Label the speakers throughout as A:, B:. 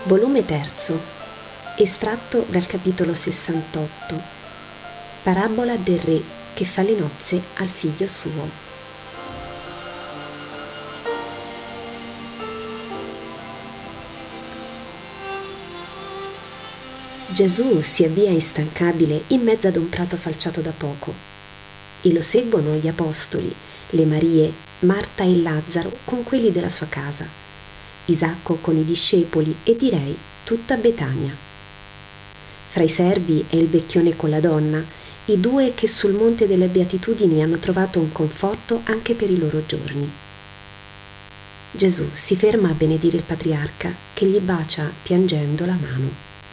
A: Volume 3, estratto dal capitolo 68, Parabola del re che fa le nozze al figlio suo. Gesù si avvia instancabile in mezzo ad un prato falciato da poco e lo seguono gli apostoli, le Marie, Marta e Lazzaro con quelli della sua casa, Isacco con i discepoli e direi tutta Betania. Fra i servi è il vecchione con la donna, i due che sul monte delle Beatitudini hanno trovato un conforto anche per i loro giorni. Gesù si ferma a benedire il patriarca che gli bacia piangendo la mano.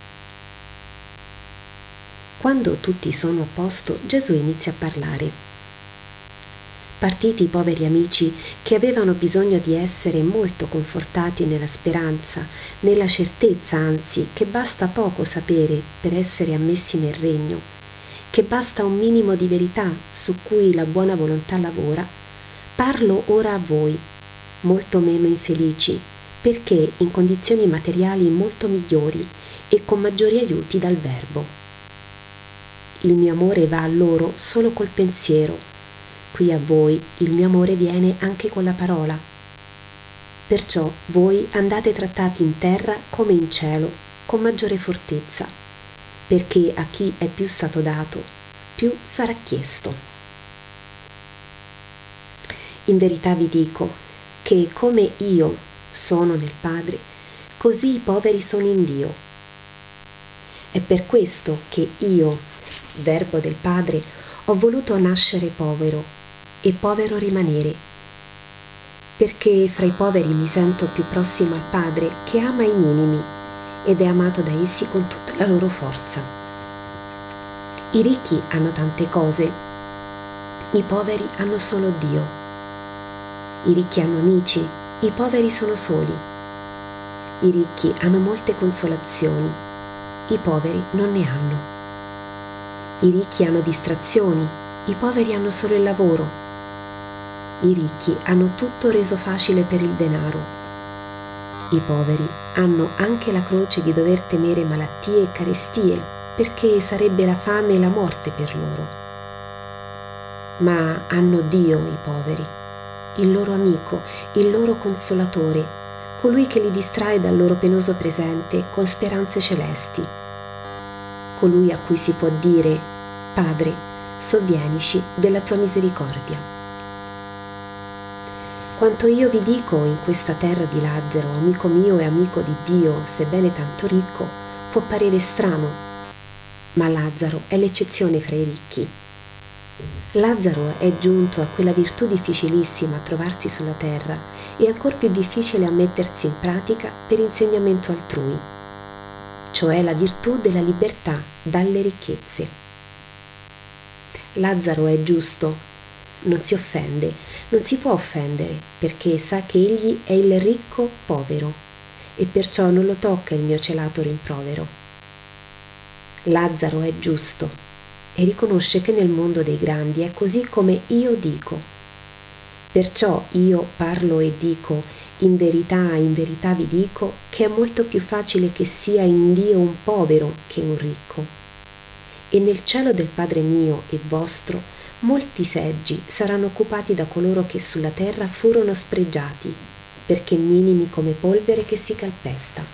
A: Quando tutti sono a posto, Gesù inizia a parlare. Partiti i poveri amici che avevano bisogno di essere molto confortati nella speranza, nella certezza anzi che basta poco sapere per essere ammessi nel regno, che basta un minimo di verità su cui la buona volontà lavora, parlo ora a voi, molto meno infelici, perché in condizioni materiali molto migliori e con maggiori aiuti dal Verbo. Il mio amore va a loro solo col pensiero. Qui a voi il mio amore viene anche con la parola. Perciò voi andate trattati in terra come in cielo, con maggiore fortezza, perché a chi è più stato dato, più sarà chiesto. In verità vi dico che come io sono nel Padre, così i poveri sono in Dio. È per questo che io, Verbo del Padre, ho voluto nascere povero e povero rimanere, perché fra i poveri mi sento più prossimo al Padre che ama i minimi ed è amato da essi con tutta la loro forza. I ricchi hanno tante cose, i poveri hanno solo Dio. I ricchi hanno amici, i poveri sono soli. I ricchi hanno molte consolazioni, i poveri non ne hanno. I ricchi hanno distrazioni, i poveri hanno solo il lavoro. I ricchi hanno tutto reso facile per il denaro. I poveri hanno anche la croce di dover temere malattie e carestie, perché sarebbe la fame e la morte per loro. Ma hanno Dio i poveri, il loro amico, il loro consolatore, colui che li distrae dal loro penoso presente con speranze celesti, colui a cui si può dire: Padre, sovvienici della tua misericordia. Quanto io vi dico in questa terra di Lazzaro, amico mio e amico di Dio, sebbene tanto ricco, può parere strano, ma Lazzaro è l'eccezione fra i ricchi. Lazzaro è giunto a quella virtù difficilissima a trovarsi sulla terra e ancor più difficile a mettersi in pratica per insegnamento altrui, cioè la virtù della libertà dalle ricchezze. Lazzaro è giusto, non si offende, non si può offendere, perché sa che egli è il ricco povero e perciò non lo tocca il mio celato rimprovero. Lazzaro è giusto e riconosce che nel mondo dei grandi è così come io dico. Perciò io parlo e dico: in verità vi dico che è molto più facile che sia in Dio un povero che un ricco. E nel cielo del Padre mio e vostro molti seggi saranno occupati da coloro che sulla terra furono spregiati, perché minimi come polvere che si calpesta.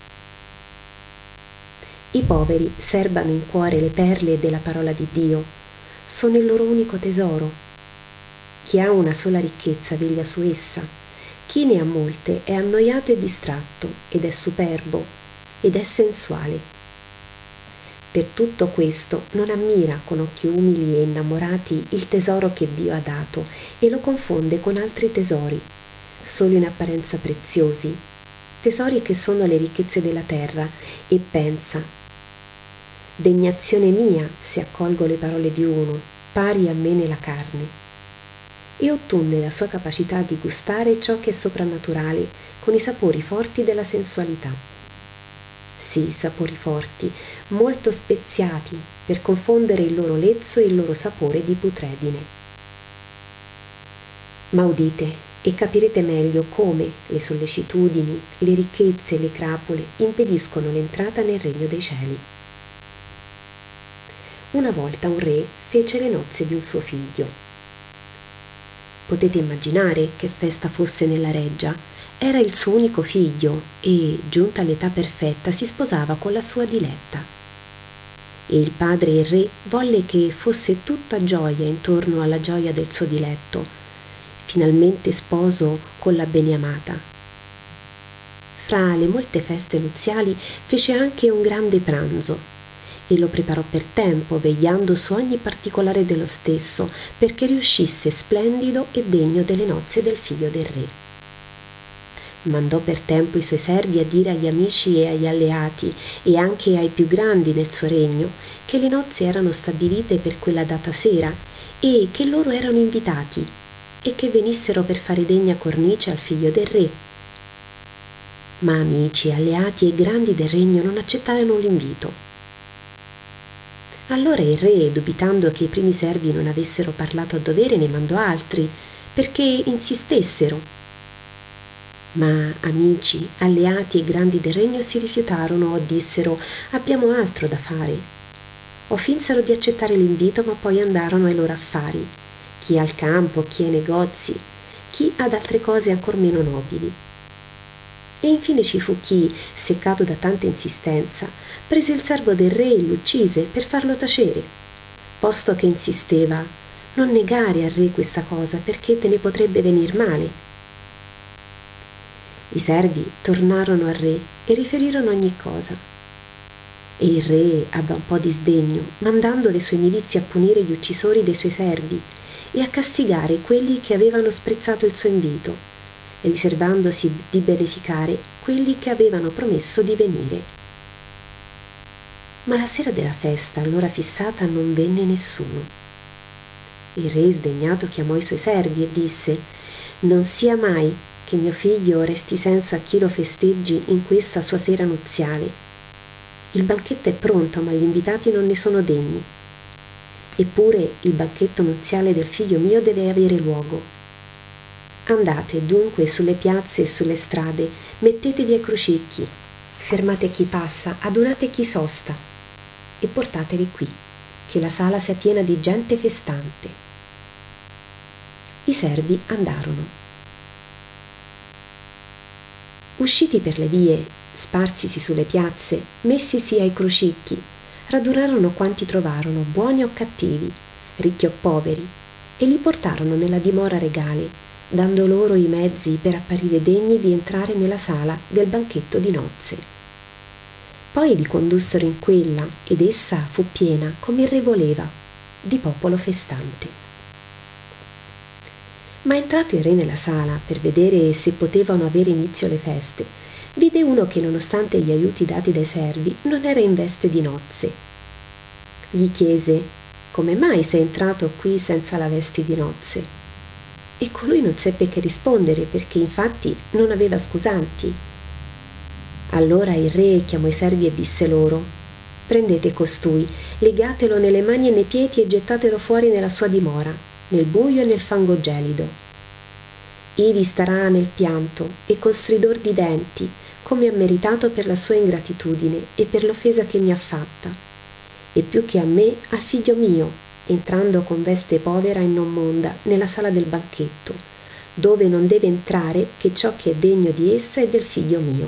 A: I poveri serbano in cuore le perle della parola di Dio, sono il loro unico tesoro. Chi ha una sola ricchezza veglia su essa, chi ne ha molte è annoiato e distratto, ed è superbo, ed è sensuale. Per tutto questo non ammira con occhi umili e innamorati il tesoro che Dio ha dato e lo confonde con altri tesori, solo in apparenza preziosi, tesori che sono le ricchezze della terra, e pensa: degnazione mia se accolgo le parole di uno, pari a me nella carne, e ottunne la sua capacità di gustare ciò che è soprannaturale con i sapori forti della sensualità. Sì, sapori forti, molto speziati, per confondere il loro lezzo e il loro sapore di putredine. Ma udite, e capirete meglio come le sollecitudini, le ricchezze e le crapule impediscono l'entrata nel regno dei cieli. Una volta un re fece le nozze di un suo figlio. Potete immaginare che festa fosse nella reggia. Era il suo unico figlio e, giunta all'età perfetta, si sposava con la sua diletta. E il padre e il re volle che fosse tutta gioia intorno alla gioia del suo diletto, finalmente sposo con la beniamata. Fra le molte feste nuziali fece anche un grande pranzo e lo preparò per tempo, vegliando su ogni particolare dello stesso, perché riuscisse splendido e degno delle nozze del figlio del re. Mandò per tempo i suoi servi a dire agli amici e agli alleati e anche ai più grandi nel suo regno che le nozze erano stabilite per quella data sera e che loro erano invitati e che venissero per fare degna cornice al figlio del re. Ma amici, alleati e grandi del regno non accettarono l'invito. Allora il re, dubitando che i primi servi non avessero parlato a dovere, ne mandò altri perché insistessero. Ma amici, alleati e grandi del regno si rifiutarono o dissero: abbiamo altro da fare. O finsero di accettare l'invito, ma poi andarono ai loro affari, chi al campo, chi ai negozi, chi ad altre cose ancor meno nobili. E infine ci fu chi, seccato da tanta insistenza, prese il servo del re e l'uccise per farlo tacere, posto che insisteva: non negare al re questa cosa, perché te ne potrebbe venir male. I servi tornarono al re e riferirono ogni cosa. E il re ebbe un po' di sdegno, mandando le sue milizie a punire gli uccisori dei suoi servi e a castigare quelli che avevano sprezzato il suo invito, riservandosi di beneficare quelli che avevano promesso di venire. Ma la sera della festa, all'ora fissata, non venne nessuno. Il re, sdegnato, chiamò i suoi servi e disse: non sia mai che mio figlio resti senza chi lo festeggi in questa sua sera nuziale. Il banchetto è pronto, ma gli invitati non ne sono degni. Eppure il banchetto nuziale del figlio mio deve avere luogo. Andate dunque sulle piazze e sulle strade, mettetevi ai crocicchi, fermate chi passa, adunate chi sosta e portateli qui, che la sala sia piena di gente festante. I servi andarono. Usciti per le vie, sparsisi sulle piazze, messisi ai crocicchi, radunarono quanti trovarono, buoni o cattivi, ricchi o poveri, e li portarono nella dimora regale, dando loro i mezzi per apparire degni di entrare nella sala del banchetto di nozze. Poi li condussero in quella, ed essa fu piena, come il re voleva, di popolo festante. Ma entrato il re nella sala per vedere se potevano avere inizio le feste, vide uno che, nonostante gli aiuti dati dai servi, non era in veste di nozze. Gli chiese: come mai sei entrato qui senza la veste di nozze? E colui non seppe che rispondere, perché infatti non aveva scusanti. Allora il re chiamò i servi e disse loro: prendete costui, legatelo nelle mani e nei piedi e gettatelo fuori nella sua dimora, nel buio e nel fango gelido. Ivi starà nel pianto e con stridor di denti, come ha meritato per la sua ingratitudine e per l'offesa che mi ha fatta, e più che a me, al figlio mio, entrando con veste povera e non monda nella sala del banchetto, dove non deve entrare che ciò che è degno di essa e del figlio mio.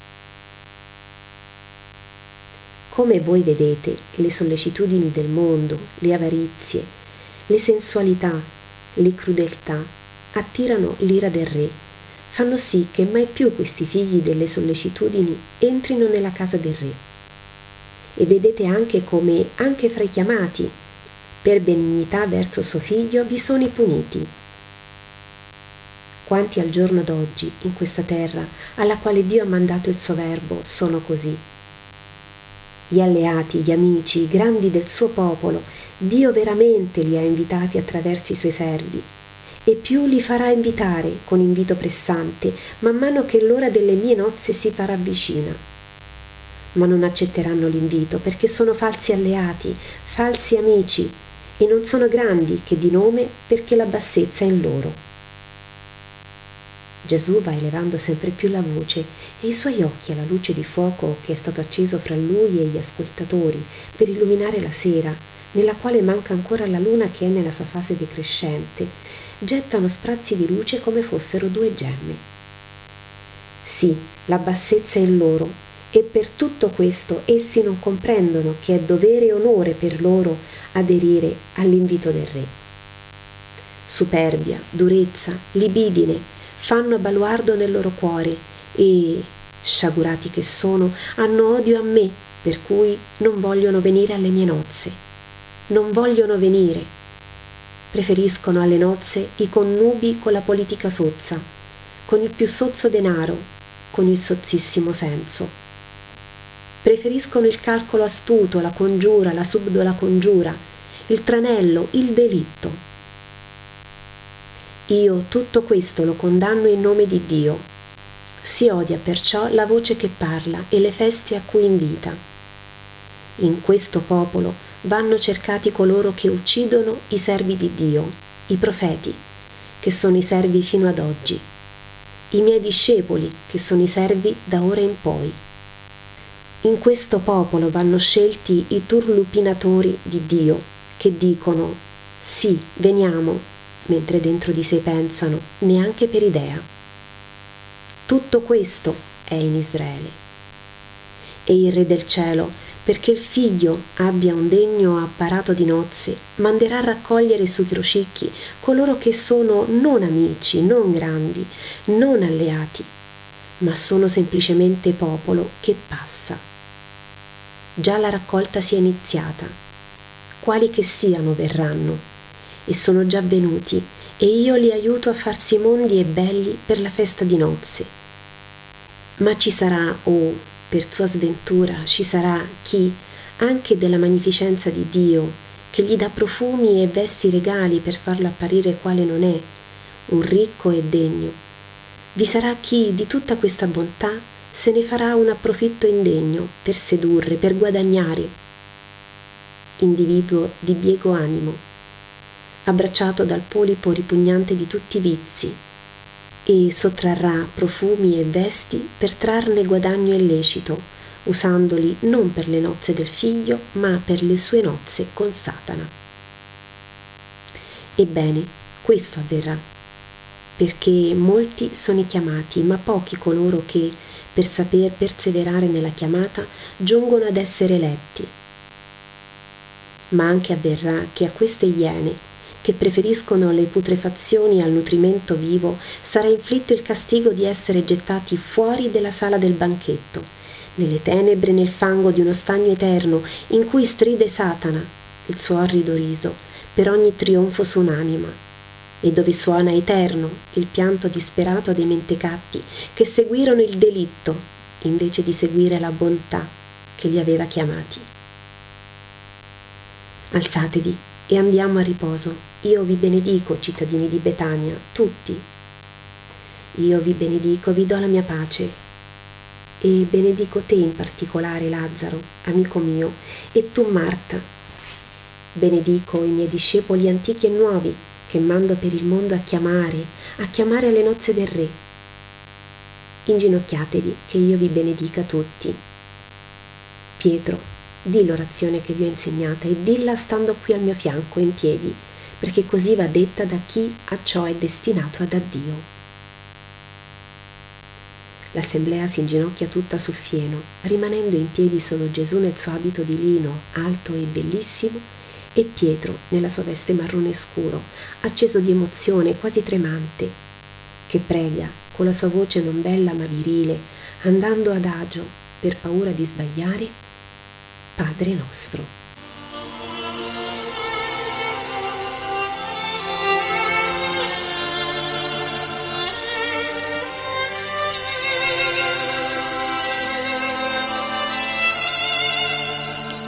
A: Come voi vedete, le sollecitudini del mondo, le avarizie, le sensualità, le crudeltà attirano l'ira del re, fanno sì che mai più questi figli delle sollecitudini entrino nella casa del re. E vedete anche come, anche fra i chiamati, per benignità verso suo figlio, vi sono i puniti. Quanti al giorno d'oggi, in questa terra, alla quale Dio ha mandato il suo verbo, sono così. Gli alleati, gli amici, i grandi del suo popolo, Dio veramente li ha invitati attraverso i suoi servi, e più li farà invitare con invito pressante, man mano che l'ora delle mie nozze si farà vicina. Ma non accetteranno l'invito, perché sono falsi alleati, falsi amici, e non sono grandi che di nome, perché la bassezza è in loro. Gesù va elevando sempre più la voce e i suoi occhi, alla luce di fuoco che è stato acceso fra lui e gli ascoltatori per illuminare la sera, nella quale manca ancora la luna che è nella sua fase decrescente, gettano sprazzi di luce come fossero due gemme. Sì, la bassezza è in loro, e per tutto questo essi non comprendono che è dovere e onore per loro aderire all'invito del Re. Superbia, durezza, libidine fanno baluardo nel loro cuore e, sciagurati che sono, hanno odio a me, per cui non vogliono venire alle mie nozze. Non vogliono venire. Preferiscono alle nozze i connubi con la politica sozza, con il più sozzo denaro, con il sozzissimo senso. Preferiscono il calcolo astuto, la congiura, la subdola congiura, il tranello, il delitto. Io tutto questo lo condanno in nome di Dio. Si odia perciò la voce che parla e le feste a cui invita. In questo popolo vanno cercati coloro che uccidono i servi di Dio, i profeti, che sono i servi fino ad oggi, i miei discepoli, che sono i servi da ora in poi. In questo popolo vanno scelti i turlupinatori di Dio, che dicono sì, veniamo, mentre dentro di sé pensano neanche per idea. Tutto questo è in Israele. E il Re del cielo, perché il figlio abbia un degno apparato di nozze, manderà a raccogliere sui crocicchi coloro che sono non amici, non grandi, non alleati, ma sono semplicemente popolo che passa. Già la raccolta si è iniziata. Quali che siano verranno, e sono già venuti, e io li aiuto a farsi mondi e belli per la festa di nozze. Ma ci sarà, per sua sventura, ci sarà chi, anche della magnificenza di Dio, che gli dà profumi e vesti regali per farlo apparire quale non è, un ricco e degno. Vi sarà chi di tutta questa bontà se ne farà un approfitto indegno per sedurre, per guadagnare. Individuo di biego animo, abbracciato dal polipo ripugnante di tutti i vizi, e sottrarrà profumi e vesti per trarne guadagno illecito, usandoli non per le nozze del figlio, ma per le sue nozze con Satana. Ebbene, questo avverrà, perché molti sono i chiamati, ma pochi coloro che, per saper perseverare nella chiamata, giungono ad essere eletti. Ma anche avverrà che a queste iene, che preferiscono le putrefazioni al nutrimento vivo, sarà inflitto il castigo di essere gettati fuori della sala del banchetto, nelle tenebre e nel fango di uno stagno eterno in cui stride Satana, il suo orrido riso, per ogni trionfo su un'anima, e dove suona eterno il pianto disperato dei mentecatti che seguirono il delitto invece di seguire la bontà che li aveva chiamati. Alzatevi e andiamo a riposo. Io vi benedico, cittadini di Betania, tutti. Io vi benedico, vi do la mia pace. E benedico te in particolare, Lazzaro, amico mio, e tu, Marta. Benedico i miei discepoli antichi e nuovi, che mando per il mondo a chiamare alle nozze del Re. Inginocchiatevi, che io vi benedica tutti. Pietro, di l'orazione che vi ho insegnata e dilla stando qui al mio fianco in piedi, perché così va detta da chi a ciò è destinato da Dio. L'assemblea si inginocchia tutta sul fieno, rimanendo in piedi solo Gesù nel suo abito di lino alto e bellissimo e Pietro nella sua veste marrone scuro, acceso di emozione, quasi tremante, che prega con la sua voce non bella ma virile, andando adagio per paura di sbagliare: Padre nostro,